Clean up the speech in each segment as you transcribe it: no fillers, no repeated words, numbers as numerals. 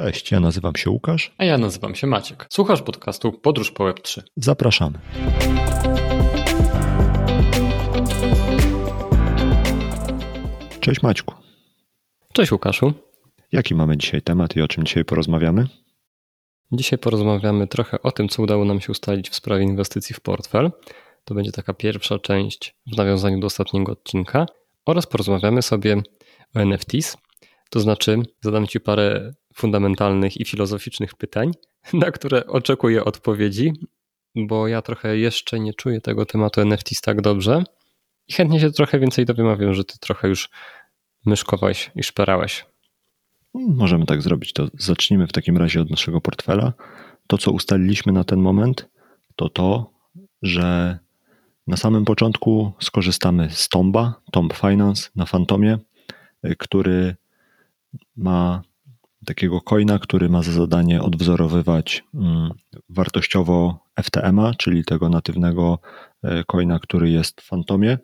Cześć, ja nazywam się Łukasz. A ja nazywam się Maciek. Słuchasz podcastu Podróż po Web3. Zapraszamy. Cześć Maćku. Cześć Łukaszu. Jaki mamy dzisiaj temat i o czym dzisiaj porozmawiamy? Dzisiaj porozmawiamy trochę o tym, co udało nam się ustalić w sprawie inwestycji w portfel. To będzie taka pierwsza część w nawiązaniu do ostatniego odcinka. Oraz porozmawiamy sobie o NFTs. To znaczy zadam Ci parę fundamentalnych i filozoficznych pytań, na które oczekuję odpowiedzi, bo ja trochę jeszcze nie czuję tego tematu NFTs tak dobrze i chętnie się trochę więcej dowiem, a wiem, że Ty trochę już myszkowałeś i szperałeś. Możemy tak zrobić. To zacznijmy w takim razie od naszego portfela. To, co ustaliliśmy na ten moment, to, że na samym początku skorzystamy z Tomba, Tomb Finance na Fantomie, który ma takiego coina, który ma za zadanie odwzorowywać wartościowo FTM-a, czyli tego natywnego coina, który jest w Fantomie.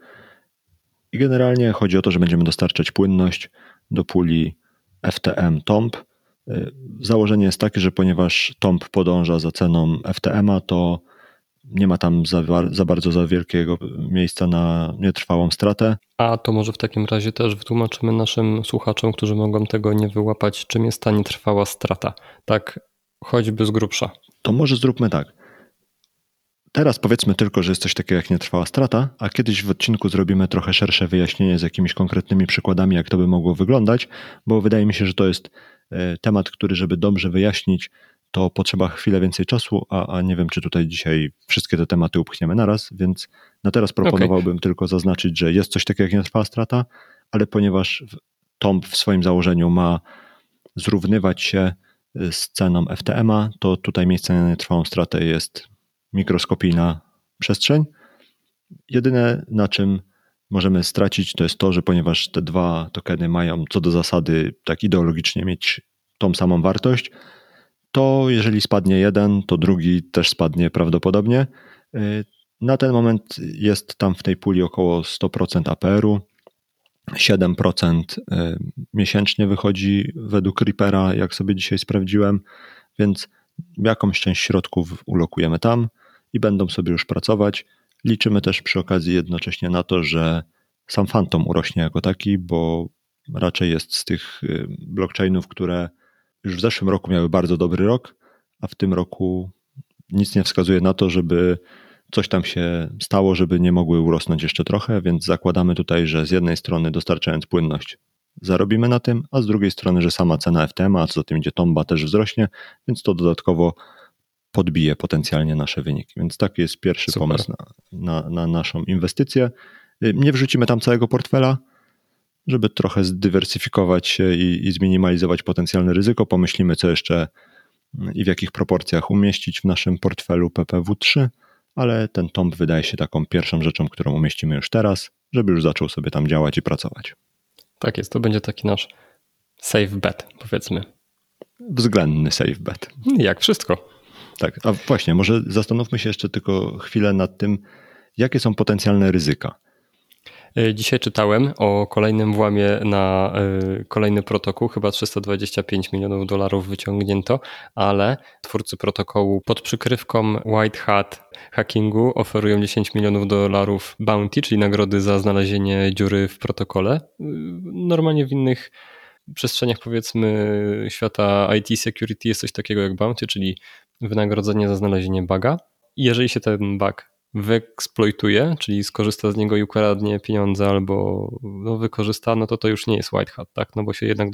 I generalnie chodzi o to, że będziemy dostarczać płynność do puli FTM Tomb. Założenie jest takie, że ponieważ Tomb podąża za ceną FTM-a, to nie ma tam za wielkiego miejsca na nietrwałą stratę. A to może w takim razie też wytłumaczymy naszym słuchaczom, którzy mogą tego nie wyłapać, czym jest ta nietrwała strata. Tak choćby z grubsza. To może zróbmy tak. Teraz powiedzmy tylko, że jest coś takiego jak nietrwała strata, a kiedyś w odcinku zrobimy trochę szersze wyjaśnienie z jakimiś konkretnymi przykładami, jak to by mogło wyglądać, bo wydaje mi się, że to jest temat, który żeby dobrze wyjaśnić, to potrzeba chwilę więcej czasu, a nie wiem, czy tutaj dzisiaj wszystkie te tematy upchniemy naraz, więc na teraz proponowałbym tylko zaznaczyć, że jest coś takiego jak nietrwała strata, ale ponieważ Tomb w swoim założeniu ma zrównywać się z ceną FTM-a, to tutaj miejsce na nietrwałą stratę jest mikroskopijna przestrzeń. Jedyne, na czym możemy stracić, to jest to, że ponieważ te dwa tokeny mają co do zasady tak ideologicznie mieć tą samą wartość, to jeżeli spadnie jeden, to drugi też spadnie prawdopodobnie. Na ten moment jest tam w tej puli około 100% APR-u, 7% miesięcznie wychodzi według Reapera, jak sobie dzisiaj sprawdziłem, więc jakąś część środków ulokujemy tam i będą sobie już pracować. Liczymy też przy okazji jednocześnie na to, że sam Fantom urośnie jako taki, bo raczej jest z tych blockchainów, które już w zeszłym roku miały bardzo dobry rok, a w tym roku nic nie wskazuje na to, żeby coś tam się stało, żeby nie mogły urosnąć jeszcze trochę, więc zakładamy tutaj, że z jednej strony dostarczając płynność zarobimy na tym, a z drugiej strony, że sama cena FTM-a, a co za tym idzie Tomba, też wzrośnie, więc to dodatkowo podbije potencjalnie nasze wyniki. Więc taki jest pierwszy pomysł na naszą inwestycję. Nie wrzucimy tam całego portfela, żeby trochę zdywersyfikować się i zminimalizować potencjalne ryzyko. Pomyślimy, co jeszcze i w jakich proporcjach umieścić w naszym portfelu PPW3, ale ten Tomb wydaje się taką pierwszą rzeczą, którą umieścimy już teraz, żeby już zaczął sobie tam działać i pracować. Tak jest, to będzie taki nasz safe bet, powiedzmy. Względny safe bet. Jak wszystko. Tak, a właśnie, może zastanówmy się jeszcze tylko chwilę nad tym, jakie są potencjalne ryzyka. Dzisiaj czytałem o kolejnym włamie na kolejny protokół, chyba $325 milionów wyciągnięto, ale twórcy protokołu pod przykrywką White Hat hackingu oferują $10 milionów bounty, czyli nagrody za znalezienie dziury w protokole. Normalnie w innych przestrzeniach, powiedzmy, świata IT security jest coś takiego jak bounty, czyli wynagrodzenie za znalezienie buga. I jeżeli się ten bug wyeksploituje, czyli skorzysta z niego i ukradnie pieniądze albo wykorzysta, no to już nie jest white hat, tak? No bo się jednak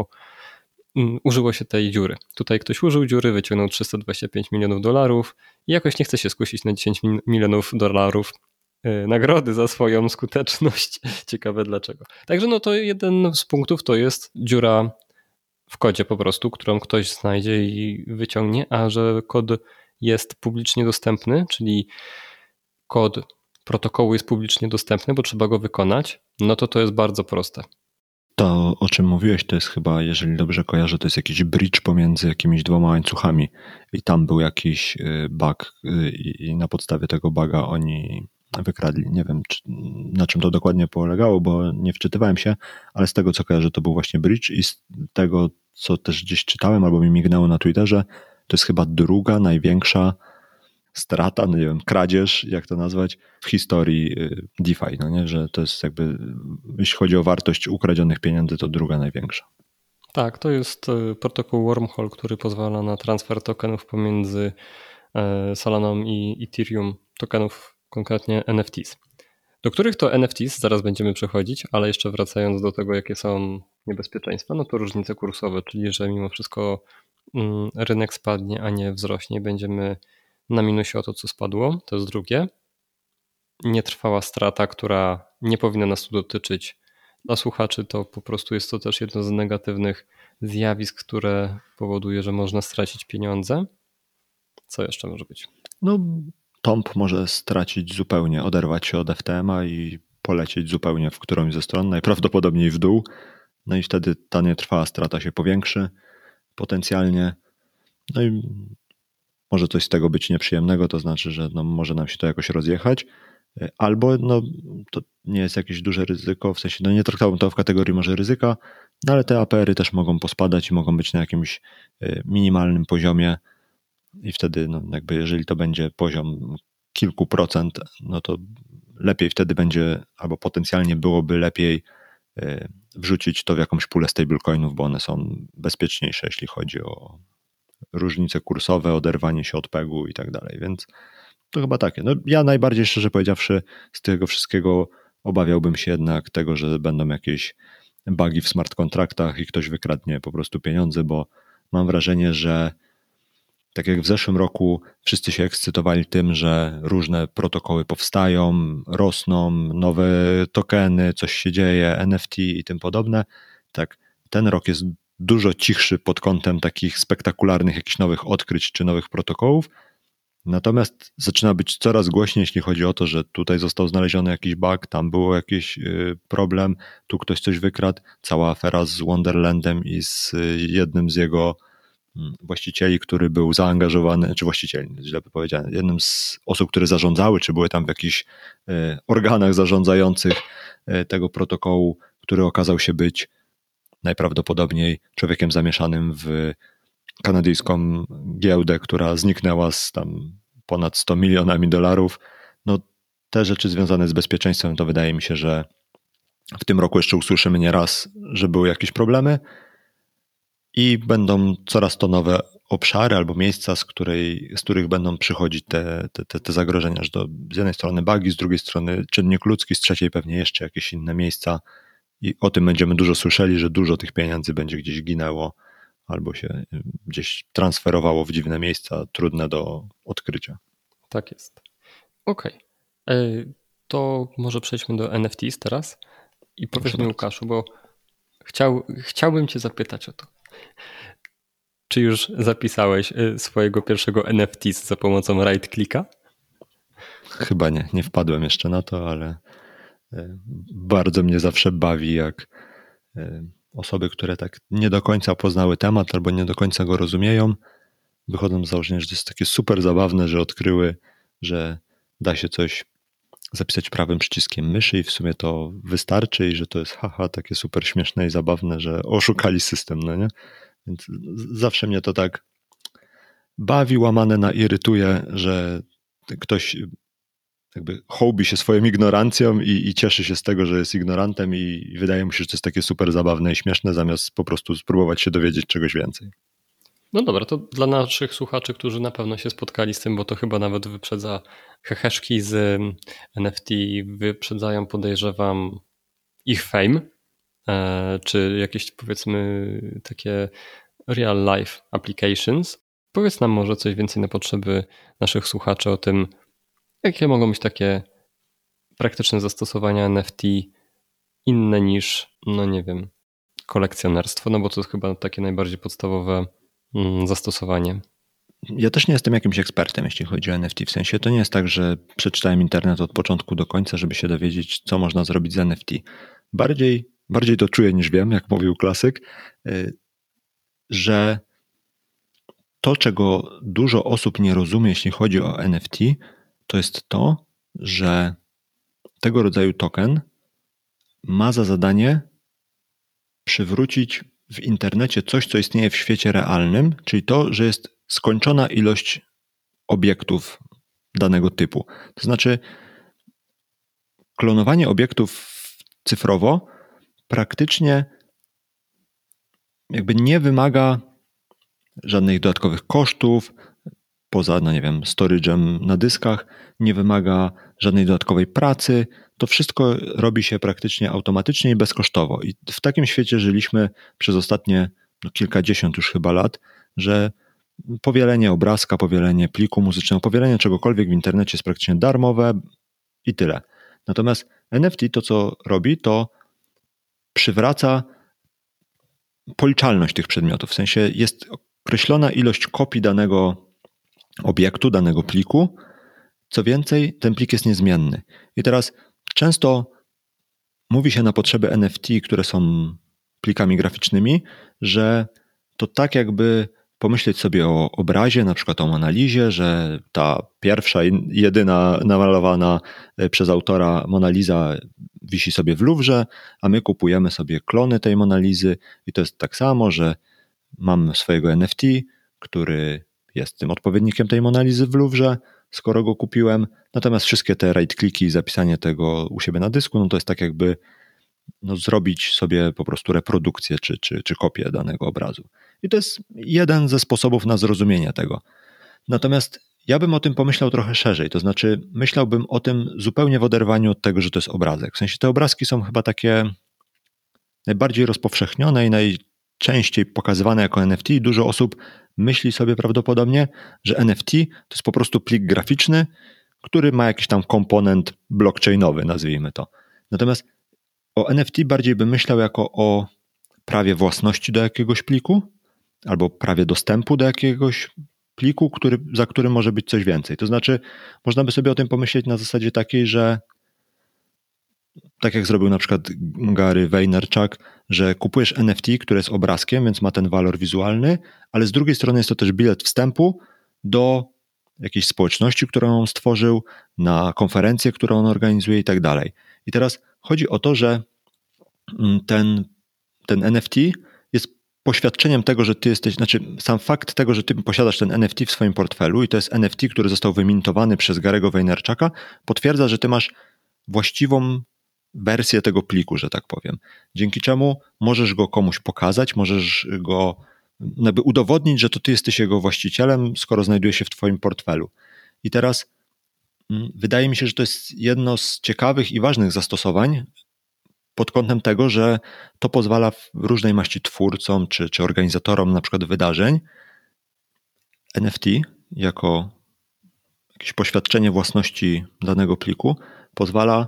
użyło się tej dziury. Tutaj ktoś użył dziury, wyciągnął $325 milionów i jakoś nie chce się skusić na $10 milionów nagrody za swoją skuteczność. Ciekawe dlaczego. Także no to jeden z punktów to jest dziura w kodzie po prostu, którą ktoś znajdzie i wyciągnie, a że kod jest publicznie dostępny, czyli kod protokołu jest publicznie dostępny, bo trzeba go wykonać, no to jest bardzo proste. To, o czym mówiłeś, to jest chyba, jeżeli dobrze kojarzę, to jest jakiś bridge pomiędzy jakimiś dwoma łańcuchami i tam był jakiś bug i na podstawie tego buga oni wykradli. Nie wiem, na czym to dokładnie polegało, bo nie wczytywałem się, ale z tego, co kojarzę, to był właśnie bridge i z tego, co też gdzieś czytałem albo mi mignęło na Twitterze, to jest chyba druga największa strata, no nie wiem, kradzież, jak to nazwać, w historii DeFi, no nie, że to jest jakby, jeśli chodzi o wartość ukradzionych pieniędzy, to druga największa. Tak, to jest protokół Wormhole, który pozwala na transfer tokenów pomiędzy Solaną i Ethereum, tokenów konkretnie NFTs. Do których to NFTs zaraz będziemy przechodzić, ale jeszcze wracając do tego, jakie są niebezpieczeństwa, no to różnice kursowe, czyli że mimo wszystko rynek spadnie, a nie wzrośnie, będziemy na minusie o to, co spadło. To jest drugie. Nietrwała strata, która nie powinna nas tu dotyczyć. Dla słuchaczy to po prostu jest to też jedno z negatywnych zjawisk, które powoduje, że można stracić pieniądze. Co jeszcze może być? No, Tomp może stracić zupełnie, oderwać się od FTM-a i polecieć zupełnie w którąś ze stron, najprawdopodobniej w dół. No i wtedy ta nietrwała strata się powiększy potencjalnie. No i może coś z tego być nieprzyjemnego, to znaczy, że no może nam się to jakoś rozjechać. Albo no, to nie jest jakieś duże ryzyko, w sensie no nie traktowałbym to w kategorii może ryzyka, no ale te APR-y też mogą pospadać i mogą być na jakimś minimalnym poziomie i wtedy no jakby jeżeli to będzie poziom kilku procent, no to lepiej wtedy będzie, albo potencjalnie byłoby lepiej wrzucić to w jakąś pulę stablecoinów, bo one są bezpieczniejsze, jeśli chodzi o różnice kursowe, oderwanie się od PEG-u i tak dalej, więc to chyba takie. No, ja najbardziej, szczerze powiedziawszy, z tego wszystkiego obawiałbym się jednak tego, że będą jakieś bugi w smart kontraktach i ktoś wykradnie po prostu pieniądze, bo mam wrażenie, że tak jak w zeszłym roku wszyscy się ekscytowali tym, że różne protokoły powstają, rosną, nowe tokeny, coś się dzieje, NFT i tym podobne, tak ten rok jest dużo cichszy pod kątem takich spektakularnych jakichś nowych odkryć czy nowych protokołów. Natomiast zaczyna być coraz głośniej, jeśli chodzi o to, że tutaj został znaleziony jakiś bug, tam było jakiś problem, tu ktoś coś wykradł. Cała afera z Wonderlandem i z jednym z jego właścicieli, który był zaangażowany, czy właścicieli, źle powiedziałem, jednym z osób, które zarządzały, czy były tam w jakichś organach zarządzających tego protokołu, który okazał się być najprawdopodobniej człowiekiem zamieszanym w kanadyjską giełdę, która zniknęła z tam ponad 100 milionami dolarów. No, te rzeczy związane z bezpieczeństwem, to wydaje mi się, że w tym roku jeszcze usłyszymy nieraz, że były jakieś problemy i będą coraz to nowe obszary albo miejsca, z których będą przychodzić te zagrożenia, że to z jednej strony bugi, z drugiej strony czynnik ludzki, z trzeciej pewnie jeszcze jakieś inne miejsca i o tym będziemy dużo słyszeli, że dużo tych pieniędzy będzie gdzieś ginęło albo się gdzieś transferowało w dziwne miejsca, trudne do odkrycia. Tak jest. Okej. To może przejdźmy do NFTs teraz i powiedz mi, Łukaszu, bo chciałbym cię zapytać o to. Czy już zapisałeś swojego pierwszego NFT za pomocą right-clicka? Chyba nie wpadłem jeszcze na to, ale bardzo mnie zawsze bawi, jak osoby, które tak nie do końca poznały temat albo nie do końca go rozumieją, wychodzą z założenia, że to jest takie super zabawne, że odkryły, że da się coś zapisać prawym przyciskiem myszy i w sumie to wystarczy i że to jest takie super śmieszne i zabawne, że oszukali system, no nie? Więc zawsze mnie to tak bawi, łamane na irytuje, że ktoś jakby hołbi się swoją ignorancją i cieszy się z tego, że jest ignorantem i wydaje mu się, że to jest takie super zabawne i śmieszne, zamiast po prostu spróbować się dowiedzieć czegoś więcej. No dobra, to dla naszych słuchaczy, którzy na pewno się spotkali z tym, bo to chyba nawet wyprzedza heheszki z NFT, wyprzedzają, podejrzewam, ich fame, czy jakieś powiedzmy takie real life applications. Powiedz nam może coś więcej na potrzeby naszych słuchaczy o tym, jakie mogą być takie praktyczne zastosowania NFT inne niż, no nie wiem, kolekcjonerstwo, no bo to jest chyba takie najbardziej podstawowe zastosowanie. Ja też nie jestem jakimś ekspertem, jeśli chodzi o NFT. W sensie to nie jest tak, że przeczytałem internet od początku do końca, żeby się dowiedzieć, co można zrobić z NFT. Bardziej to czuję niż wiem, jak mówił klasyk, że to, czego dużo osób nie rozumie, jeśli chodzi o NFT, to jest to, że tego rodzaju token ma za zadanie przywrócić w internecie coś, co istnieje w świecie realnym, czyli to, że jest skończona ilość obiektów danego typu. To znaczy, klonowanie obiektów cyfrowo praktycznie jakby nie wymaga żadnych dodatkowych kosztów, poza, storage'em na dyskach, nie wymaga żadnej dodatkowej pracy. To wszystko robi się praktycznie automatycznie i bezkosztowo. I w takim świecie żyliśmy przez ostatnie kilkadziesiąt już chyba lat, że powielenie obrazka, powielenie pliku muzycznego, powielenie czegokolwiek w internecie jest praktycznie darmowe i tyle. Natomiast NFT to, co robi, to przywraca policzalność tych przedmiotów. W sensie jest określona ilość kopii danego obiektu, danego pliku. Co więcej, ten plik jest niezmienny. I teraz często mówi się na potrzeby NFT, które są plikami graficznymi, że to tak jakby pomyśleć sobie o obrazie, na przykład o Mona Lizie, że ta pierwsza, jedyna namalowana przez autora Mona Lisa wisi sobie w Luwrze, a my kupujemy sobie klony tej Mona Lisy i to jest tak samo, że mam swojego NFT, który jest tym odpowiednikiem tej Mona Lisy w Luwrze, skoro go kupiłem, natomiast wszystkie te right-cliki i zapisanie tego u siebie na dysku, no to jest tak jakby zrobić sobie po prostu reprodukcję czy kopię danego obrazu. I to jest jeden ze sposobów na zrozumienie tego. Natomiast ja bym o tym pomyślał trochę szerzej, to znaczy myślałbym o tym zupełnie w oderwaniu od tego, że to jest obrazek. W sensie te obrazki są chyba takie najbardziej rozpowszechnione i najczęściej pokazywane jako NFT i dużo osób myśli sobie prawdopodobnie, że NFT to jest po prostu plik graficzny, który ma jakiś tam komponent blockchainowy, nazwijmy to. Natomiast o NFT bardziej bym myślał jako o prawie własności do jakiegoś pliku albo prawie dostępu do jakiegoś pliku, za którym może być coś więcej. To znaczy można by sobie o tym pomyśleć na zasadzie takiej, że tak jak zrobił na przykład Gary Vaynerchuk, że kupujesz NFT, które jest obrazkiem, więc ma ten walor wizualny, ale z drugiej strony jest to też bilet wstępu do jakiejś społeczności, którą on stworzył, na konferencję, którą on organizuje i tak dalej. I teraz chodzi o to, że ten NFT jest poświadczeniem tego, że ty jesteś, sam fakt tego, że ty posiadasz ten NFT w swoim portfelu i to jest NFT, który został wymintowany przez Gary'ego Vaynerchuka, potwierdza, że ty masz właściwą wersję tego pliku, że tak powiem. Dzięki czemu możesz go komuś pokazać, możesz go udowodnić, że to ty jesteś jego właścicielem, skoro znajduje się w twoim portfelu. I teraz wydaje mi się, że to jest jedno z ciekawych i ważnych zastosowań pod kątem tego, że to pozwala różnej maści twórcom czy organizatorom na przykład wydarzeń NFT jako jakieś poświadczenie własności danego pliku pozwala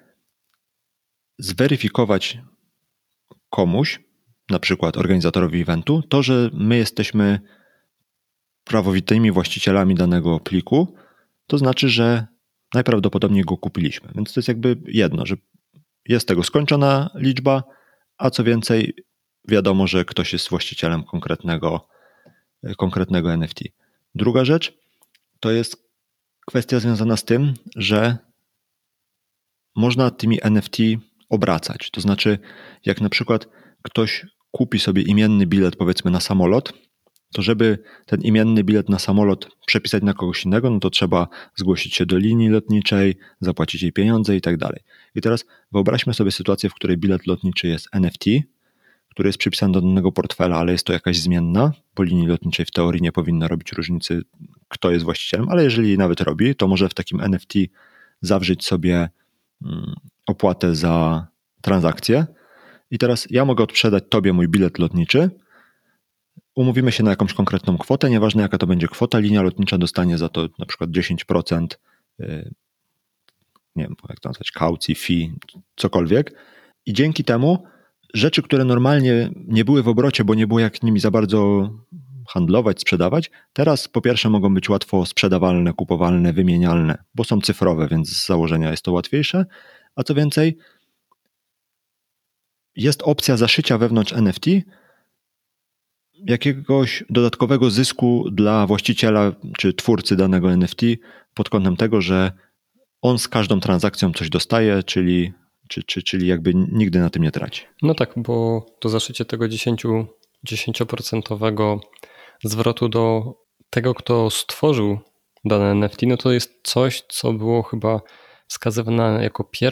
zweryfikować komuś, na przykład organizatorowi eventu, to, że my jesteśmy prawowitymi właścicielami danego pliku, to znaczy, że najprawdopodobniej go kupiliśmy. Więc to jest jakby jedno, że jest tego skończona liczba, a co więcej, wiadomo, że ktoś jest właścicielem konkretnego NFT. Druga rzecz to jest kwestia związana z tym, że można tymi NFT obracać. To znaczy, jak na przykład ktoś kupi sobie imienny bilet, powiedzmy, na samolot, to żeby ten imienny bilet na samolot przepisać na kogoś innego, no to trzeba zgłosić się do linii lotniczej, zapłacić jej pieniądze i tak dalej. I teraz wyobraźmy sobie sytuację, w której bilet lotniczy jest NFT, który jest przypisany do danego portfela, ale jest to jakaś zmienna, bo linii lotniczej w teorii nie powinna robić różnicy, kto jest właścicielem, ale jeżeli nawet robi, to może w takim NFT zawrzeć sobie opłatę za transakcję. I teraz ja mogę odsprzedać tobie mój bilet lotniczy, umówimy się na jakąś konkretną kwotę, nieważne jaka to będzie kwota, linia lotnicza dostanie za to na przykład 10%, nie wiem jak to nazwać, kaucji, fee, cokolwiek. I dzięki temu rzeczy, które normalnie nie były w obrocie, bo nie było jak nimi za bardzo handlować, sprzedawać, teraz po pierwsze mogą być łatwo sprzedawalne, kupowalne, wymienialne, bo są cyfrowe, więc z założenia jest to łatwiejsze, a co więcej, jest opcja zaszycia wewnątrz NFT jakiegoś dodatkowego zysku dla właściciela czy twórcy danego NFT pod kątem tego, że on z każdą transakcją coś dostaje, czyli jakby nigdy na tym nie traci. No tak, bo to zaszycie tego 10% zwrotu do tego, kto stworzył dane NFT, no to jest coś, co było chyba wskazywane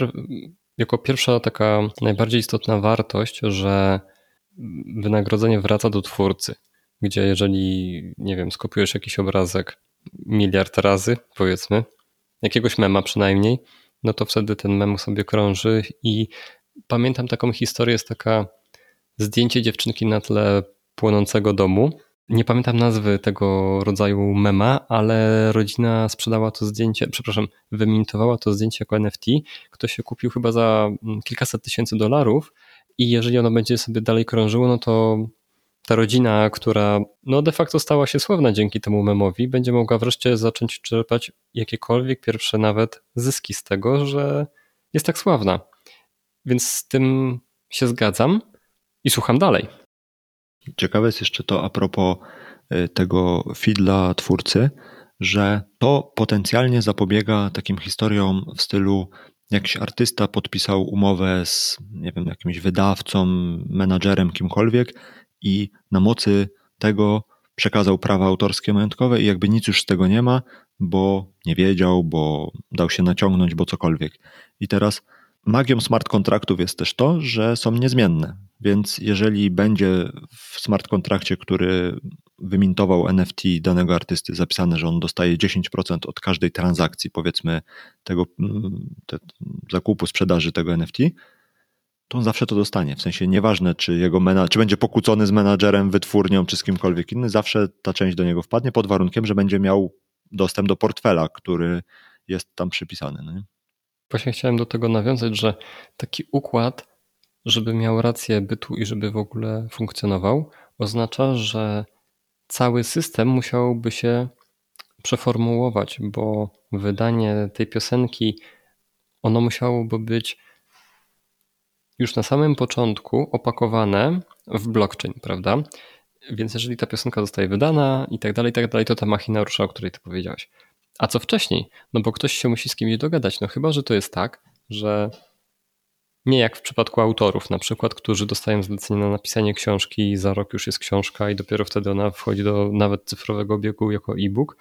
jako pierwsza taka najbardziej istotna wartość, że wynagrodzenie wraca do twórcy, gdzie jeżeli, nie wiem, skopiujesz jakiś obrazek miliard razy, powiedzmy, jakiegoś mema przynajmniej, no to wtedy ten mem sobie krąży i pamiętam taką historię, jest taka zdjęcie dziewczynki na tle płonącego domu. Nie pamiętam nazwy tego rodzaju mema, ale rodzina sprzedała to zdjęcie, wymintowała to zdjęcie jako NFT. Ktoś się kupił chyba za kilkaset tysięcy dolarów i jeżeli ono będzie sobie dalej krążyło, no to ta rodzina, która no de facto stała się sławna dzięki temu memowi, będzie mogła wreszcie zacząć czerpać jakiekolwiek pierwsze nawet zyski z tego, że jest tak sławna. Więc z tym się zgadzam i słucham dalej. Ciekawe jest jeszcze to a propos tego feed dla twórcy, że to potencjalnie zapobiega takim historiom w stylu jakiś artysta podpisał umowę z, nie wiem, jakimś wydawcą, menadżerem, kimkolwiek i na mocy tego przekazał prawa autorskie majątkowe i jakby nic już z tego nie ma, bo nie wiedział, bo dał się naciągnąć, bo cokolwiek. I teraz magią smart kontraktów jest też to, że są niezmienne, więc jeżeli będzie w smart kontrakcie, który wymintował NFT danego artysty zapisane, że on dostaje 10% od każdej transakcji, powiedzmy tego zakupu, sprzedaży tego NFT, to on zawsze to dostanie. W sensie nieważne, czy czy będzie pokłócony z menadżerem, wytwórnią, czy z kimkolwiek innym, zawsze ta część do niego wpadnie pod warunkiem, że będzie miał dostęp do portfela, który jest tam przypisany. No nie? Właśnie chciałem do tego nawiązać, że taki układ, żeby miał rację bytu i żeby w ogóle funkcjonował, oznacza, że cały system musiałby się przeformułować, bo wydanie tej piosenki, ono musiałoby być już na samym początku opakowane w blockchain, prawda? Więc jeżeli ta piosenka zostaje wydana i tak dalej, to ta machina rusza, o której ty powiedziałeś. A co wcześniej? No bo ktoś się musi z kimś dogadać. No chyba, że to jest tak, że nie jak w przypadku autorów na przykład, którzy dostają zlecenie na napisanie książki i za rok już jest książka i dopiero wtedy ona wchodzi do nawet cyfrowego obiegu jako e-book.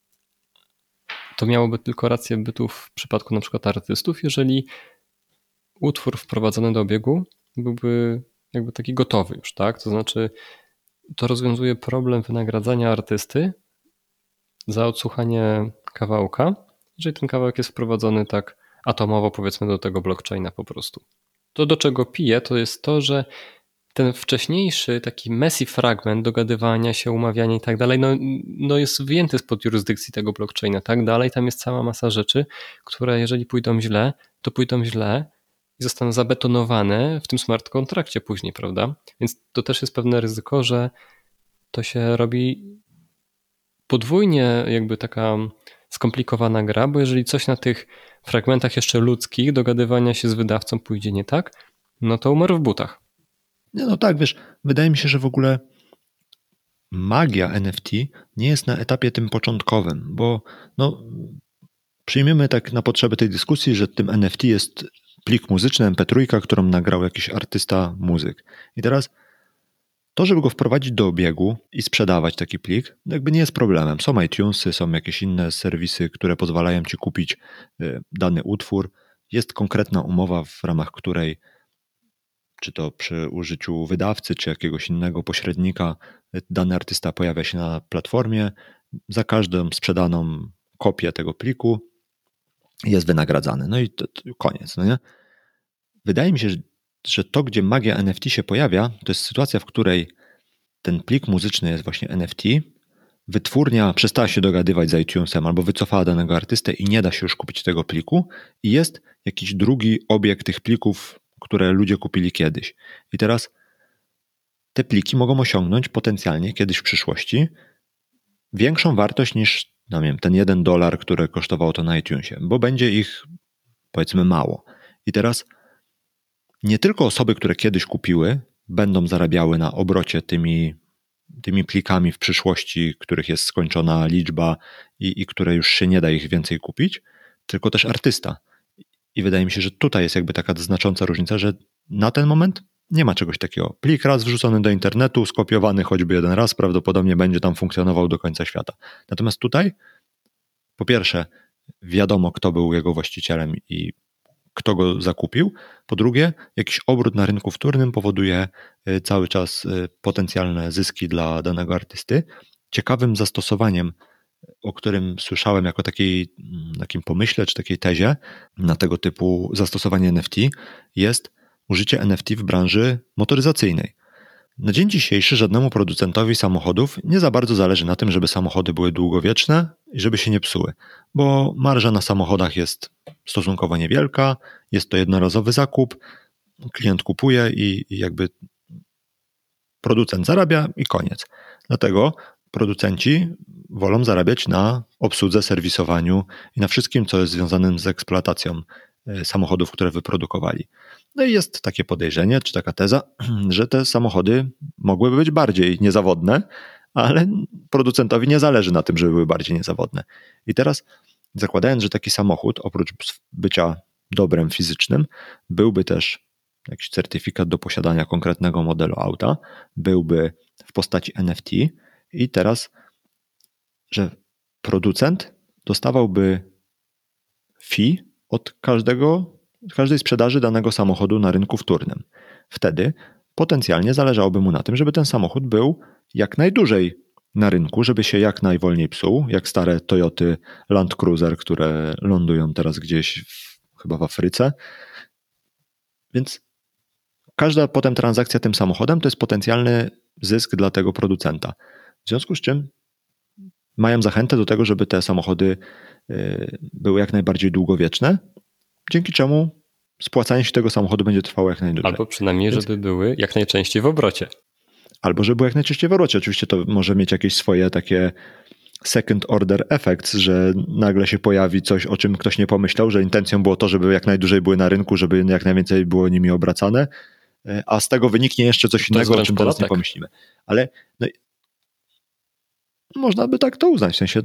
To miałoby tylko rację bytu w przypadku na przykład artystów, jeżeli utwór wprowadzony do obiegu byłby jakby taki gotowy już, tak? To znaczy to rozwiązuje problem wynagradzania artysty za odsłuchanie kawałka, jeżeli ten kawałek jest wprowadzony tak atomowo powiedzmy do tego blockchaina po prostu. To do czego piję to jest to, że ten wcześniejszy taki messy fragment dogadywania się, umawiania i tak dalej, no jest wyjęty spod jurysdykcji tego blockchaina, tak dalej, tam jest cała masa rzeczy, które jeżeli pójdą źle, to pójdą źle i zostaną zabetonowane w tym smart kontrakcie później, prawda? Więc to też jest pewne ryzyko, że to się robi podwójnie jakby taka skomplikowana gra, bo jeżeli coś na tych fragmentach jeszcze ludzkich dogadywania się z wydawcą pójdzie nie tak, no to umarł w butach. No tak, wiesz, wydaje mi się, że w ogóle magia NFT nie jest na etapie tym początkowym, bo no, przyjmiemy tak na potrzeby tej dyskusji, że tym NFT jest plik muzyczny MP3, którą nagrał jakiś artysta, muzyk. I teraz to, żeby go wprowadzić do obiegu i sprzedawać taki plik, jakby nie jest problemem. Są iTunesy, są jakieś inne serwisy, które pozwalają ci kupić dany utwór. Jest konkretna umowa, w ramach której czy to przy użyciu wydawcy, czy jakiegoś innego pośrednika, dany artysta pojawia się na platformie. Za każdą sprzedaną kopię tego pliku jest wynagradzany. No i to koniec. No nie? Wydaje mi się, że to, gdzie magia NFT się pojawia, to jest sytuacja, w której ten plik muzyczny jest właśnie NFT, wytwórnia przestała się dogadywać z iTunesem albo wycofała danego artystę i nie da się już kupić tego pliku i jest jakiś drugi obieg tych plików, które ludzie kupili kiedyś. I teraz te pliki mogą osiągnąć potencjalnie kiedyś w przyszłości większą wartość niż no nie wiem, ten $1, który kosztowało to na iTunesie, bo będzie ich powiedzmy mało. I teraz nie tylko osoby, które kiedyś kupiły, będą zarabiały na obrocie tymi plikami w przyszłości, których jest skończona liczba i które już się nie da ich więcej kupić, tylko też artysta. I wydaje mi się, że tutaj jest jakby taka znacząca różnica, że na ten moment nie ma czegoś takiego. Plik raz wrzucony do internetu, skopiowany choćby jeden raz, prawdopodobnie będzie tam funkcjonował do końca świata. Natomiast tutaj, po pierwsze, wiadomo, kto był jego właścicielem i kto go zakupił. Po drugie, jakiś obrót na rynku wtórnym powoduje cały czas potencjalne zyski dla danego artysty. Ciekawym zastosowaniem, o którym słyszałem jako takim pomyśle czy takiej tezie na tego typu zastosowanie NFT, jest użycie NFT w branży motoryzacyjnej. Na dzień dzisiejszy żadnemu producentowi samochodów nie za bardzo zależy na tym, żeby samochody były długowieczne i żeby się nie psuły, bo marża na samochodach jest stosunkowo niewielka, jest to jednorazowy zakup, klient kupuje i jakby producent zarabia i koniec. Dlatego producenci wolą zarabiać na obsłudze, serwisowaniu i na wszystkim, co jest związanym z eksploatacją samochodów, które wyprodukowali. No i jest takie podejrzenie, czy taka teza, że te samochody mogłyby być bardziej niezawodne, ale producentowi nie zależy na tym, żeby były bardziej niezawodne. I teraz zakładając, że taki samochód oprócz bycia dobrem fizycznym, byłby też jakiś certyfikat do posiadania konkretnego modelu auta, byłby w postaci NFT i teraz, że producent dostawałby fee od każdej sprzedaży danego samochodu na rynku wtórnym. Wtedy potencjalnie zależałoby mu na tym, żeby ten samochód był jak najdłużej na rynku, żeby się jak najwolniej psuł, jak stare Toyoty Land Cruiser, które lądują teraz gdzieś chyba w Afryce. Więc każda potem transakcja tym samochodem to jest potencjalny zysk dla tego producenta. W związku z czym mają zachętę do tego, żeby te samochody były jak najbardziej długowieczne, dzięki czemu spłacanie się tego samochodu będzie trwało jak najdłużej. Albo przynajmniej, żeby były jak najczęściej w obrocie. Albo żeby były jak najczęściej w obrocie. Oczywiście to może mieć jakieś swoje takie second order effects, że nagle się pojawi coś, o czym ktoś nie pomyślał, że intencją było to, żeby jak najdłużej były na rynku, żeby jak najwięcej było nimi obracane, a z tego wyniknie jeszcze coś innego, o czym teraz nie pomyślimy. Ale można by tak to uznać. W sensie,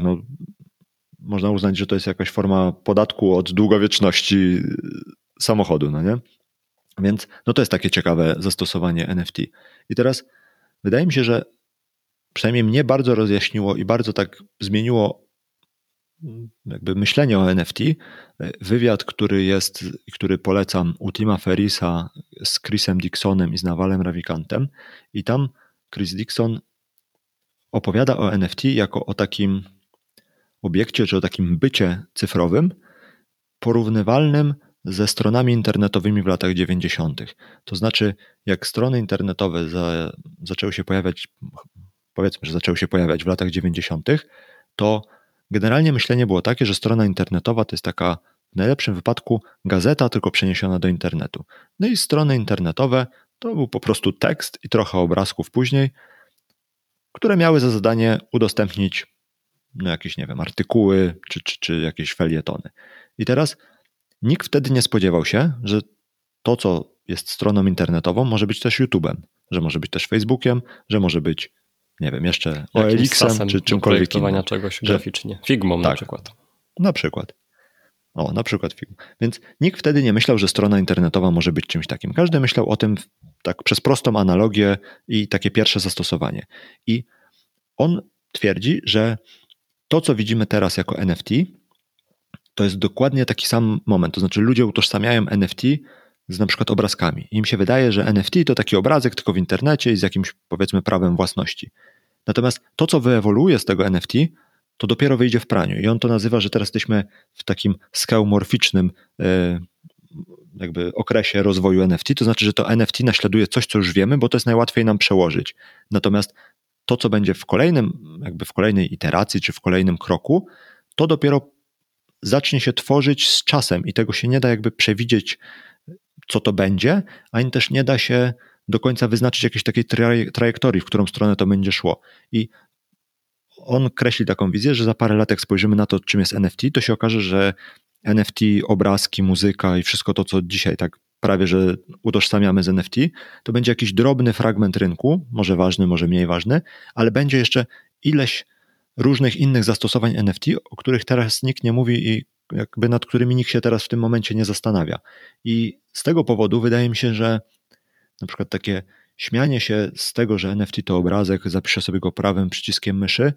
można uznać, że to jest jakaś forma podatku od długowieczności samochodu, no nie? Więc to jest takie ciekawe zastosowanie NFT. I teraz wydaje mi się, że przynajmniej mnie bardzo rozjaśniło i bardzo tak zmieniło jakby myślenie o NFT. Wywiad, który polecam u Tima Ferrisa z Chrisem Dixonem i z Nawalem Ravikantem. I tam Chris Dixon opowiada o NFT jako o takim obiekcie, czy o takim bycie cyfrowym porównywalnym ze stronami internetowymi w latach 90. To znaczy, jak strony internetowe zaczęły się pojawiać, powiedzmy, że zaczęły się pojawiać w latach 90., to generalnie myślenie było takie, że strona internetowa to jest taka w najlepszym wypadku gazeta, tylko przeniesiona do internetu. No i strony internetowe to był po prostu tekst i trochę obrazków później, które miały za zadanie udostępnić jakieś, nie wiem, artykuły czy jakieś felietony. I teraz nikt wtedy nie spodziewał się, że to, co jest stroną internetową, może być też YouTube'em, że może być też Facebookiem, że może być, nie wiem, jeszcze OLX-em czy czymkolwiek innym. Czegoś graficznie. Figmą tak, na przykład. Na przykład. Na przykład Figma. Więc nikt wtedy nie myślał, że strona internetowa może być czymś takim. Każdy myślał o tym tak przez prostą analogię i takie pierwsze zastosowanie. I on twierdzi, że to, co widzimy teraz jako NFT, to jest dokładnie taki sam moment. To znaczy ludzie utożsamiają NFT z na przykład obrazkami. Im się wydaje, że NFT to taki obrazek tylko w internecie i z jakimś, powiedzmy, prawem własności. Natomiast to, co wyewoluuje z tego NFT, to dopiero wyjdzie w praniu. I on to nazywa, że teraz jesteśmy w takim skeumorficznym jakby okresie rozwoju NFT. To znaczy, że to NFT naśladuje coś, co już wiemy, bo to jest najłatwiej nam przełożyć. Natomiast to, co będzie w kolejnej iteracji czy w kolejnym kroku, to dopiero zacznie się tworzyć z czasem i tego się nie da jakby przewidzieć, co to będzie, ani też nie da się do końca wyznaczyć jakiejś takiej trajektorii, w którą stronę to będzie szło. I on kreśli taką wizję, że za parę lat, jak spojrzymy na to, czym jest NFT, to się okaże, że NFT, obrazki, muzyka i wszystko to, co dzisiaj tak prawie że utożsamiamy z NFT, to będzie jakiś drobny fragment rynku, może ważny, może mniej ważny, ale będzie jeszcze ileś różnych innych zastosowań NFT, o których teraz nikt nie mówi i jakby nad którymi nikt się teraz w tym momencie nie zastanawia. I z tego powodu wydaje mi się, że na przykład takie śmianie się z tego, że NFT to obrazek, zapiszę sobie go prawym przyciskiem myszy,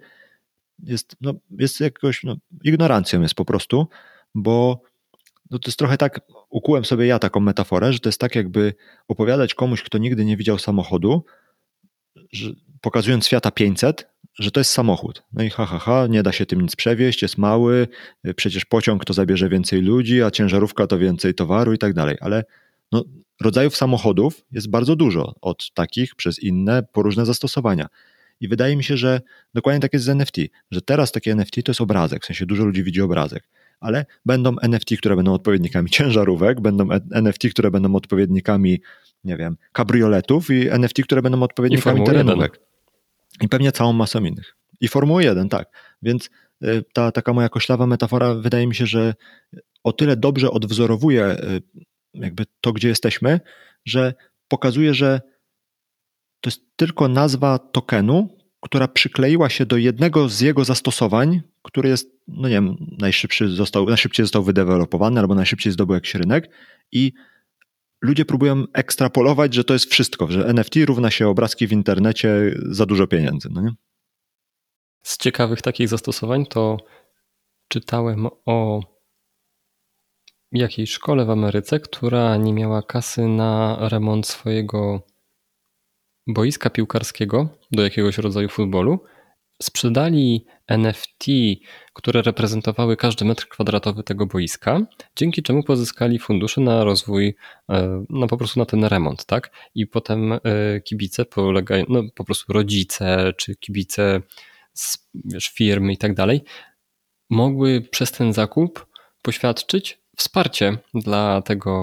jest jakoś ignorancją jest po prostu, bo to jest trochę tak, ukułem sobie ja taką metaforę, że to jest tak jakby opowiadać komuś, kto nigdy nie widział samochodu, że, pokazując Fiata 500, że to jest samochód. No i nie da się tym nic przewieźć, jest mały, przecież pociąg to zabierze więcej ludzi, a ciężarówka to więcej towaru i tak dalej, ale rodzajów samochodów jest bardzo dużo, od takich przez inne po różne zastosowania. I wydaje mi się, że dokładnie tak jest z NFT, że teraz takie NFT to jest obrazek, w sensie dużo ludzi widzi obrazek, ale będą NFT, które będą odpowiednikami ciężarówek, będą NFT, które będą odpowiednikami, nie wiem, kabrioletów i NFT, które będą odpowiednikami terenówek. I pewnie całą masą innych. I Formuły 1, tak. Więc ta taka moja koślawa metafora wydaje mi się, że o tyle dobrze odwzorowuje jakby to, gdzie jesteśmy, że pokazuje, że to jest tylko nazwa tokenu, która przykleiła się do jednego z jego zastosowań, który jest, nie wiem, najszybciej został wydewelopowany albo najszybciej zdobył jakiś rynek i ludzie próbują ekstrapolować, że to jest wszystko, że NFT równa się obrazki w internecie za dużo pieniędzy. No nie? Z ciekawych takich zastosowań to czytałem o jakiejś szkole w Ameryce, która nie miała kasy na remont swojego boiska piłkarskiego do jakiegoś rodzaju futbolu. Sprzedali NFT, które reprezentowały każdy metr kwadratowy tego boiska, dzięki czemu pozyskali fundusze na rozwój, po prostu na ten remont, tak? I potem kibice po prostu rodzice czy kibice z firmy i tak dalej, mogły przez ten zakup poświadczyć wsparcie dla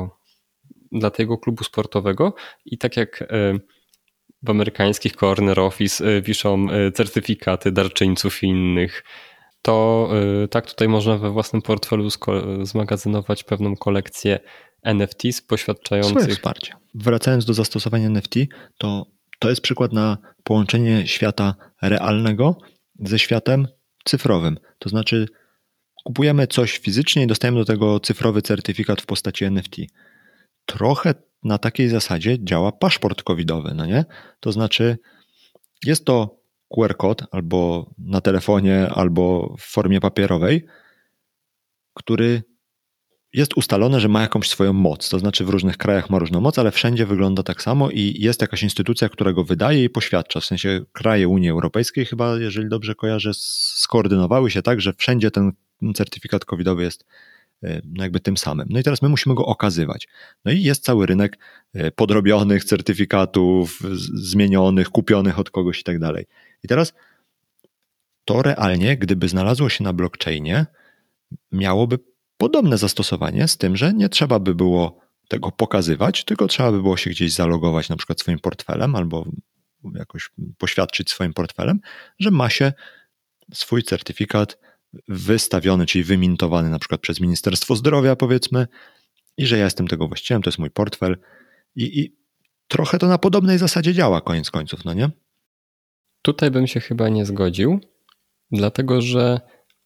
tego klubu sportowego i tak jak w amerykańskich corner office wiszą certyfikaty darczyńców i innych, to tak tutaj można we własnym portfelu zmagazynować pewną kolekcję NFTs poświadczających swoje wsparcie. Wracając do zastosowania NFT, to jest przykład na połączenie świata realnego ze światem cyfrowym. To znaczy kupujemy coś fizycznie i dostajemy do tego cyfrowy certyfikat w postaci NFT. Trochę na takiej zasadzie działa paszport covidowy, no nie? To znaczy jest to QR kod albo na telefonie, albo w formie papierowej, który jest ustalone, że ma jakąś swoją moc. To znaczy w różnych krajach ma różną moc, ale wszędzie wygląda tak samo i jest jakaś instytucja, która go wydaje i poświadcza. W sensie kraje Unii Europejskiej chyba, jeżeli dobrze kojarzę, skoordynowały się tak, że wszędzie ten certyfikat covidowy jest jakby tym samym. No i teraz my musimy go okazywać. No i jest cały rynek podrobionych certyfikatów, zmienionych, kupionych od kogoś i tak dalej. I teraz to realnie, gdyby znalazło się na blockchainie, miałoby podobne zastosowanie, z tym, że nie trzeba by było tego pokazywać, tylko trzeba by było się gdzieś zalogować na przykład swoim portfelem albo jakoś poświadczyć swoim portfelem, że ma się swój certyfikat wystawiony, czyli wymintowany na przykład przez Ministerstwo Zdrowia, powiedzmy, i że ja jestem tego właścicielem, to jest mój portfel i trochę to na podobnej zasadzie działa koniec końców, no nie? Tutaj bym się chyba nie zgodził, dlatego że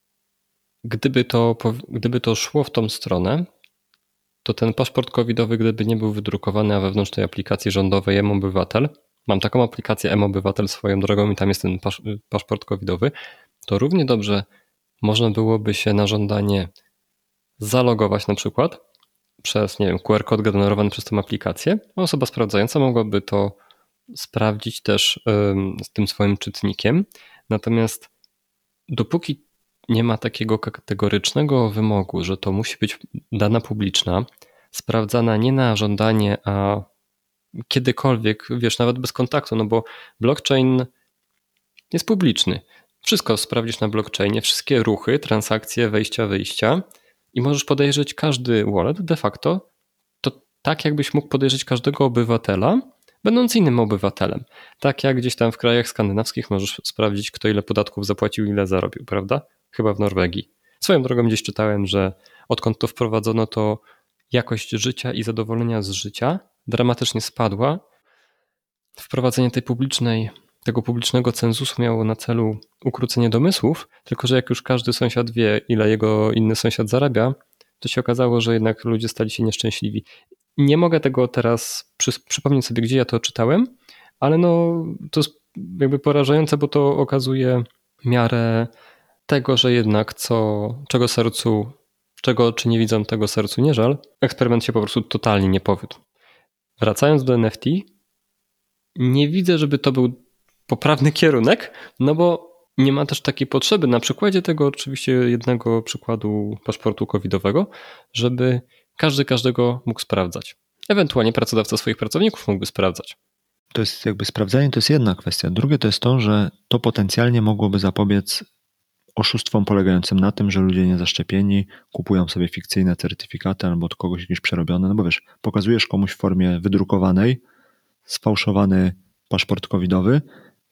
gdyby to szło w tą stronę, to ten paszport covidowy, gdyby nie był wydrukowany, a wewnątrz tej aplikacji rządowej M-Obywatel, mam taką aplikację M-Obywatel swoją drogą i tam jest ten paszport covidowy, to równie dobrze można byłoby się na żądanie zalogować na przykład przez, nie wiem, QR kod generowany przez tę aplikację. Osoba sprawdzająca mogłaby to sprawdzić też z tym swoim czytnikiem. Natomiast dopóki nie ma takiego kategorycznego wymogu, że to musi być dana publiczna, sprawdzana nie na żądanie, a kiedykolwiek, wiesz, nawet bez kontaktu, no bo blockchain jest publiczny. Wszystko sprawdzisz na blockchainie, wszystkie ruchy, transakcje, wejścia, wyjścia i możesz podejrzeć każdy wallet de facto, to tak jakbyś mógł podejrzeć każdego obywatela, będąc innym obywatelem. Tak jak gdzieś tam w krajach skandynawskich możesz sprawdzić, kto ile podatków zapłacił, ile zarobił, prawda? Chyba w Norwegii. Swoją drogą gdzieś czytałem, że odkąd to wprowadzono, to jakość życia i zadowolenia z życia dramatycznie spadła. Wprowadzenie tej publicznej tego publicznego cenzusu miało na celu ukrócenie domysłów, tylko że jak już każdy sąsiad wie, ile jego inny sąsiad zarabia, to się okazało, że jednak ludzie stali się nieszczęśliwi. Nie mogę tego teraz przypomnieć sobie, gdzie ja to czytałem, ale no to jest jakby porażające, bo to okazuje miarę tego, że jednak czego czy nie widzą, tego sercu nie żal, eksperyment się po prostu totalnie nie powiódł. Wracając do NFT, nie widzę, żeby to był poprawny kierunek, no bo nie ma też takiej potrzeby, na przykładzie tego oczywiście jednego przykładu paszportu covidowego, żeby każdy każdego mógł sprawdzać. Ewentualnie pracodawca swoich pracowników mógłby sprawdzać. To jest jakby sprawdzanie, to jest jedna kwestia. Drugie to jest to, że to potencjalnie mogłoby zapobiec oszustwom polegającym na tym, że ludzie niezaszczepieni kupują sobie fikcyjne certyfikaty albo od kogoś jakieś przerobione, no bo wiesz, pokazujesz komuś w formie wydrukowanej sfałszowany paszport covidowy,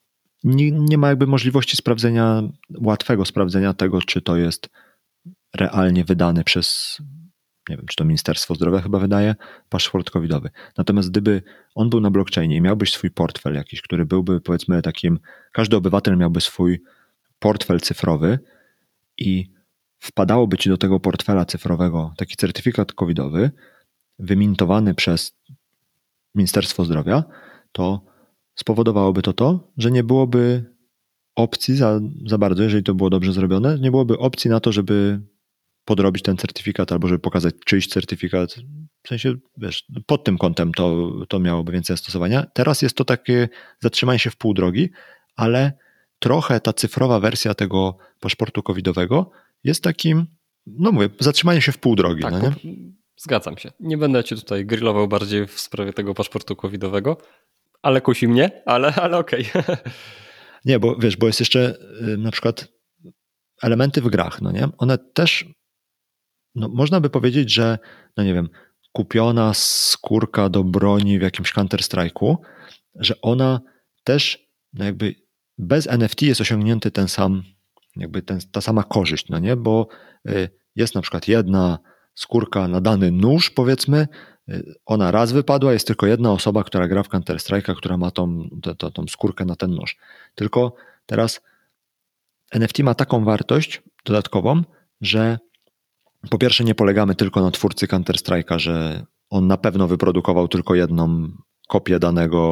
nie ma jakby możliwości łatwego sprawdzenia tego, czy to jest realnie wydany przez, nie wiem, czy to Ministerstwo Zdrowia chyba wydaje, paszport covidowy. Natomiast gdyby on był na blockchainie i miałbyś swój portfel jakiś, który byłby powiedzmy takim, każdy obywatel miałby swój portfel cyfrowy i wpadałoby ci do tego portfela cyfrowego taki certyfikat covidowy wymintowany przez Ministerstwo Zdrowia, to spowodowałoby to, że nie byłoby opcji za bardzo, jeżeli to było dobrze zrobione, nie byłoby opcji na to, żeby podrobić ten certyfikat albo żeby pokazać czyjś certyfikat. W sensie, wiesz, pod tym kątem to miałoby więcej zastosowania. Teraz jest to takie zatrzymanie się w pół drogi, ale trochę ta cyfrowa wersja tego paszportu covidowego jest takim, no mówię, zatrzymanie się w pół drogi. Tak, no nie? Zgadzam się. Nie będę cię tutaj grillował bardziej w sprawie tego paszportu covidowego, ale kusi mnie, ale okej. Nie, bo wiesz, bo jest jeszcze na przykład elementy w grach, no nie? One też, no można by powiedzieć, że, no nie wiem, kupiona skórka do broni w jakimś Counter-Strike'u, że ona też no jakby bez NFT jest osiągnięty ten sam, jakby ta sama korzyść, no nie? Bo jest na przykład jedna skórka na dany nóż, powiedzmy, ona raz wypadła, jest tylko jedna osoba, która gra w Counter-Strike'a, która ma tą skórkę na ten nóż. Tylko teraz NFT ma taką wartość dodatkową, że po pierwsze nie polegamy tylko na twórcy Counter-Strike'a, że on na pewno wyprodukował tylko jedną kopię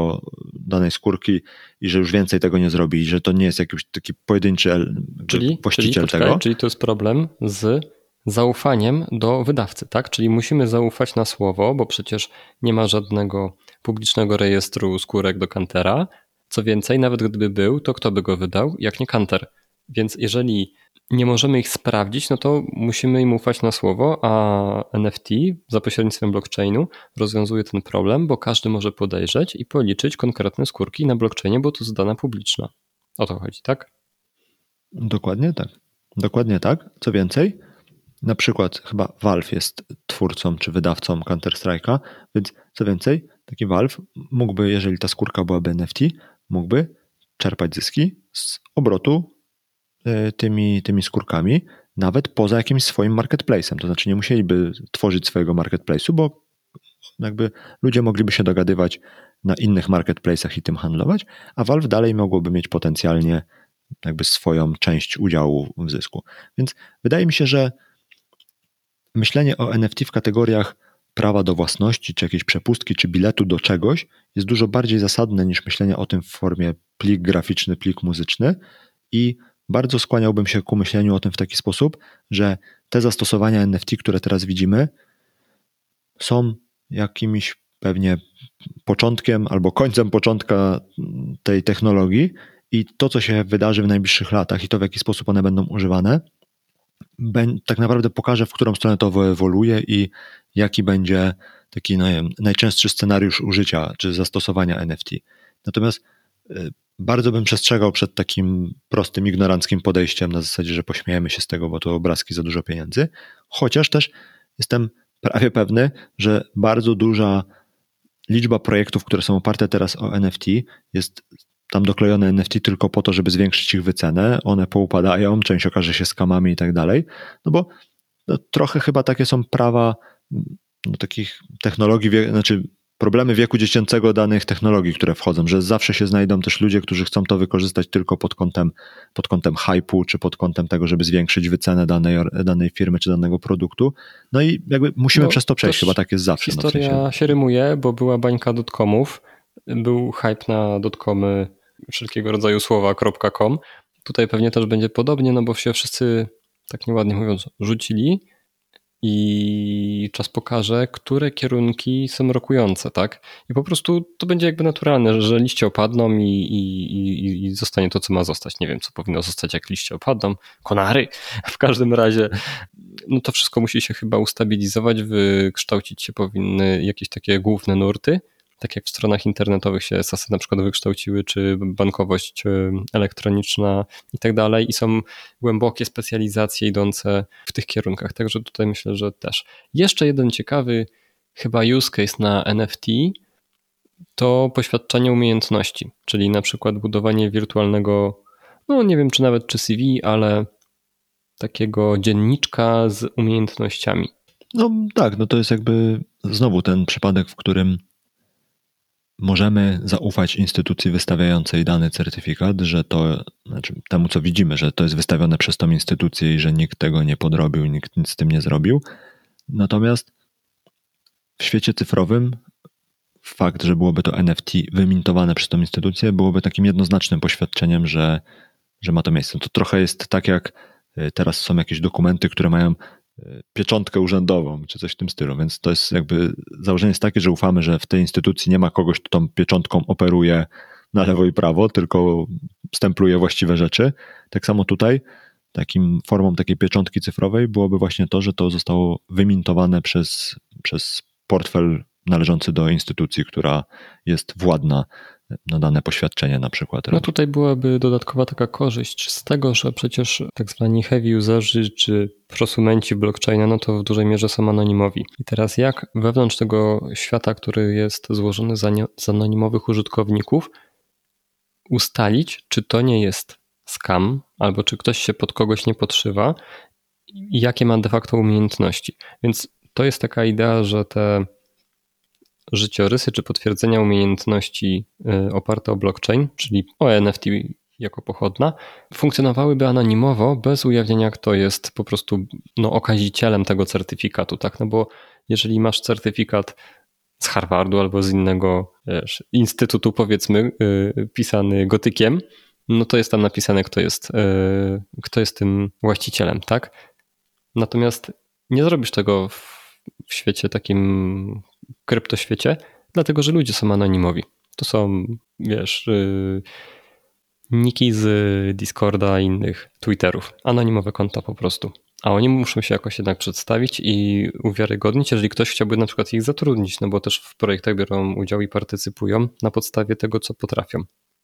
danej skórki i że już więcej tego nie zrobi, że to nie jest jakiś taki pojedynczy właściciel tego. Czyli to jest problem z zaufaniem do wydawcy, tak? Czyli musimy zaufać na słowo, bo przecież nie ma żadnego publicznego rejestru skórek do Kantera. Co więcej, nawet gdyby był, to kto by go wydał, jak nie Kanter. Więc jeżeli nie możemy ich sprawdzić, no to musimy im ufać na słowo, a NFT za pośrednictwem blockchainu rozwiązuje ten problem, bo każdy może podejrzeć i policzyć konkretne skórki na blockchainie, bo to jest dana publiczna. O to chodzi, tak? Dokładnie tak. Dokładnie tak. Co więcej, na przykład chyba Valve jest twórcą czy wydawcą Counter-Strike'a, więc co więcej, taki Valve mógłby, jeżeli ta skórka byłaby NFT, mógłby czerpać zyski z obrotu tymi skórkami, nawet poza jakimś swoim marketplace'em. To znaczy nie musieliby tworzyć swojego marketplace'u, bo jakby ludzie mogliby się dogadywać na innych marketplace'ach i tym handlować, a Valve dalej mogłoby mieć potencjalnie jakby swoją część udziału w zysku. Więc wydaje mi się, że myślenie o NFT w kategoriach prawa do własności, czy jakiejś przepustki, czy biletu do czegoś jest dużo bardziej zasadne niż myślenie o tym w formie plik graficzny, plik muzyczny i bardzo skłaniałbym się ku myśleniu o tym w taki sposób, że te zastosowania NFT, które teraz widzimy, są jakimś pewnie początkiem albo końcem początka tej technologii i to, co się wydarzy w najbliższych latach i to, w jaki sposób one będą używane, tak naprawdę pokaże, w którą stronę to wyewoluuje i jaki będzie taki najczęstszy scenariusz użycia czy zastosowania NFT. Natomiast bardzo bym przestrzegał przed takim prostym, ignoranckim podejściem na zasadzie, że pośmiejemy się z tego, bo to obrazki za dużo pieniędzy, chociaż też jestem prawie pewny, że bardzo duża liczba projektów, które są oparte teraz o NFT, jest tam doklejone NFT tylko po to, żeby zwiększyć ich wycenę, one poupadają, część okaże się skamami i tak dalej, no bo trochę chyba takie są prawa takich technologii, znaczy problemy wieku dziecięcego danych technologii, które wchodzą, że zawsze się znajdą też ludzie, którzy chcą to wykorzystać tylko pod kątem hype'u, czy pod kątem tego, żeby zwiększyć wycenę danej firmy, czy danego produktu. No i jakby musimy przez to przejść, chyba tak jest zawsze. Historia się rymuje, bo była bańka dotcomów, był hype na dotcomy, wszelkiego rodzaju słowa .com. Tutaj pewnie też będzie podobnie, no bo się wszyscy, tak nieładnie mówiąc, rzucili i czas pokaże, które kierunki są rokujące, tak? I po prostu to będzie jakby naturalne, że liście opadną i zostanie to, co ma zostać. Nie wiem, co powinno zostać, jak liście opadną. Konary! W każdym razie no to wszystko musi się chyba ustabilizować, wykształcić się powinny jakieś takie główne nurty, tak jak w stronach internetowych się SaaSy na przykład wykształciły, czy bankowość elektroniczna i tak dalej, i są głębokie specjalizacje idące w tych kierunkach, także tutaj myślę, że też. Jeszcze jeden ciekawy chyba use case na NFT to poświadczenie umiejętności, czyli na przykład budowanie wirtualnego, no nie wiem czy nawet czy CV, ale takiego dzienniczka z umiejętnościami. No tak, no to jest jakby znowu ten przypadek, w którym możemy zaufać instytucji wystawiającej dany certyfikat, że to, znaczy temu co widzimy, że to jest wystawione przez tą instytucję i że nikt tego nie podrobił, nikt nic z tym nie zrobił. Natomiast w świecie cyfrowym fakt, że byłoby to NFT wymintowane przez tą instytucję, byłoby takim jednoznacznym poświadczeniem, że ma to miejsce. To trochę jest tak, jak teraz są jakieś dokumenty, które mają pieczątkę urzędową, czy coś w tym stylu, więc to jest jakby, założenie jest takie, że ufamy, że w tej instytucji nie ma kogoś, kto tą pieczątką operuje na lewo i prawo, tylko stempluje właściwe rzeczy. Tak samo tutaj takim formą takiej pieczątki cyfrowej byłoby właśnie to, że to zostało wymintowane przez portfel należący do instytucji, która jest władna na dane poświadczenie na przykład. No tutaj byłaby dodatkowa taka korzyść z tego, że przecież tak zwani heavy userzy czy prosumenci blockchaina, no to w dużej mierze są anonimowi. I teraz jak wewnątrz tego świata, który jest złożony z anonimowych użytkowników, ustalić, czy to nie jest scam, albo czy ktoś się pod kogoś nie podszywa i jakie ma de facto umiejętności. Więc to jest taka idea, że te życiorysy czy potwierdzenia umiejętności oparte o blockchain, czyli o NFT jako pochodna, funkcjonowałyby anonimowo, bez ujawnienia, kto jest po prostu okazicielem tego certyfikatu, tak? No bo jeżeli masz certyfikat z Harvardu albo z innego instytutu, powiedzmy, pisany gotykiem, no to jest tam napisane, kto jest tym właścicielem, tak? Natomiast nie zrobisz tego w świecie takim kryptoświecie, dlatego że ludzie są anonimowi. To są, wiesz, niki z Discorda i innych Twitterów. Anonimowe konta po prostu. A oni muszą się jakoś jednak przedstawić i uwiarygodnić, jeżeli ktoś chciałby na przykład ich zatrudnić, no bo też w projektach biorą udział i partycypują na podstawie tego, co potrafią.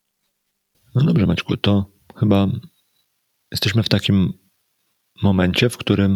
No dobrze, Maćku, to chyba jesteśmy w takim momencie, w którym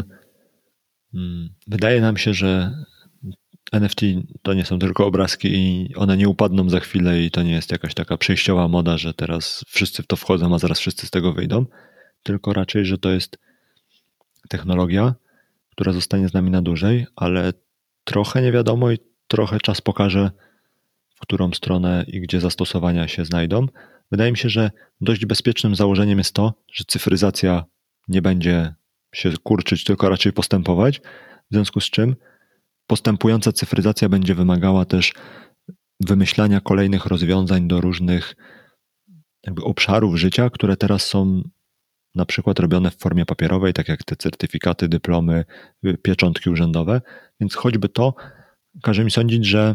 wydaje nam się, że NFT to nie są tylko obrazki i one nie upadną za chwilę i to nie jest jakaś taka przejściowa moda, że teraz wszyscy w to wchodzą, a zaraz wszyscy z tego wyjdą, tylko raczej, że to jest technologia, która zostanie z nami na dłużej, ale trochę nie wiadomo i trochę czas pokaże, w którą stronę i gdzie zastosowania się znajdą. Wydaje mi się, że dość bezpiecznym założeniem jest to, że cyfryzacja nie będzie się kurczyć, tylko raczej postępować, w związku z czym postępująca cyfryzacja będzie wymagała też wymyślania kolejnych rozwiązań do różnych jakby obszarów życia, które teraz są na przykład robione w formie papierowej, tak jak te certyfikaty, dyplomy, pieczątki urzędowe. Więc choćby to każe mi sądzić, że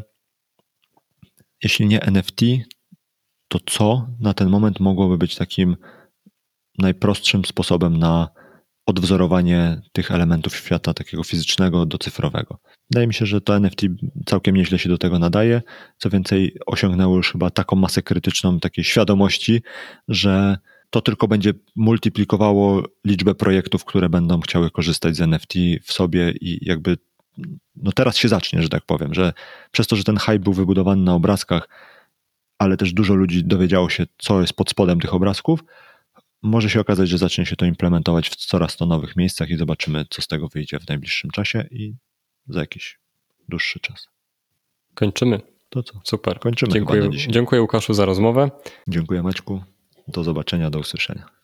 jeśli nie NFT, to co na ten moment mogłoby być takim najprostszym sposobem na odwzorowanie tych elementów świata takiego fizycznego do cyfrowego. Wydaje mi się, że to NFT całkiem nieźle się do tego nadaje. Co więcej, osiągnęło już chyba taką masę krytyczną takiej świadomości, że to tylko będzie multiplikowało liczbę projektów, które będą chciały korzystać z NFT w sobie i jakby teraz się zacznie, że tak powiem, że przez to, że ten hype był wybudowany na obrazkach, ale też dużo ludzi dowiedziało się, co jest pod spodem tych obrazków, może się okazać, że zacznie się to implementować w coraz to nowych miejscach i zobaczymy, co z tego wyjdzie w najbliższym czasie i za jakiś dłuższy czas. Kończymy. To co? Super. Kończymy chyba na dzisiaj. Dziękuję Łukaszu za rozmowę. Dziękuję Maćku. Do zobaczenia, do usłyszenia.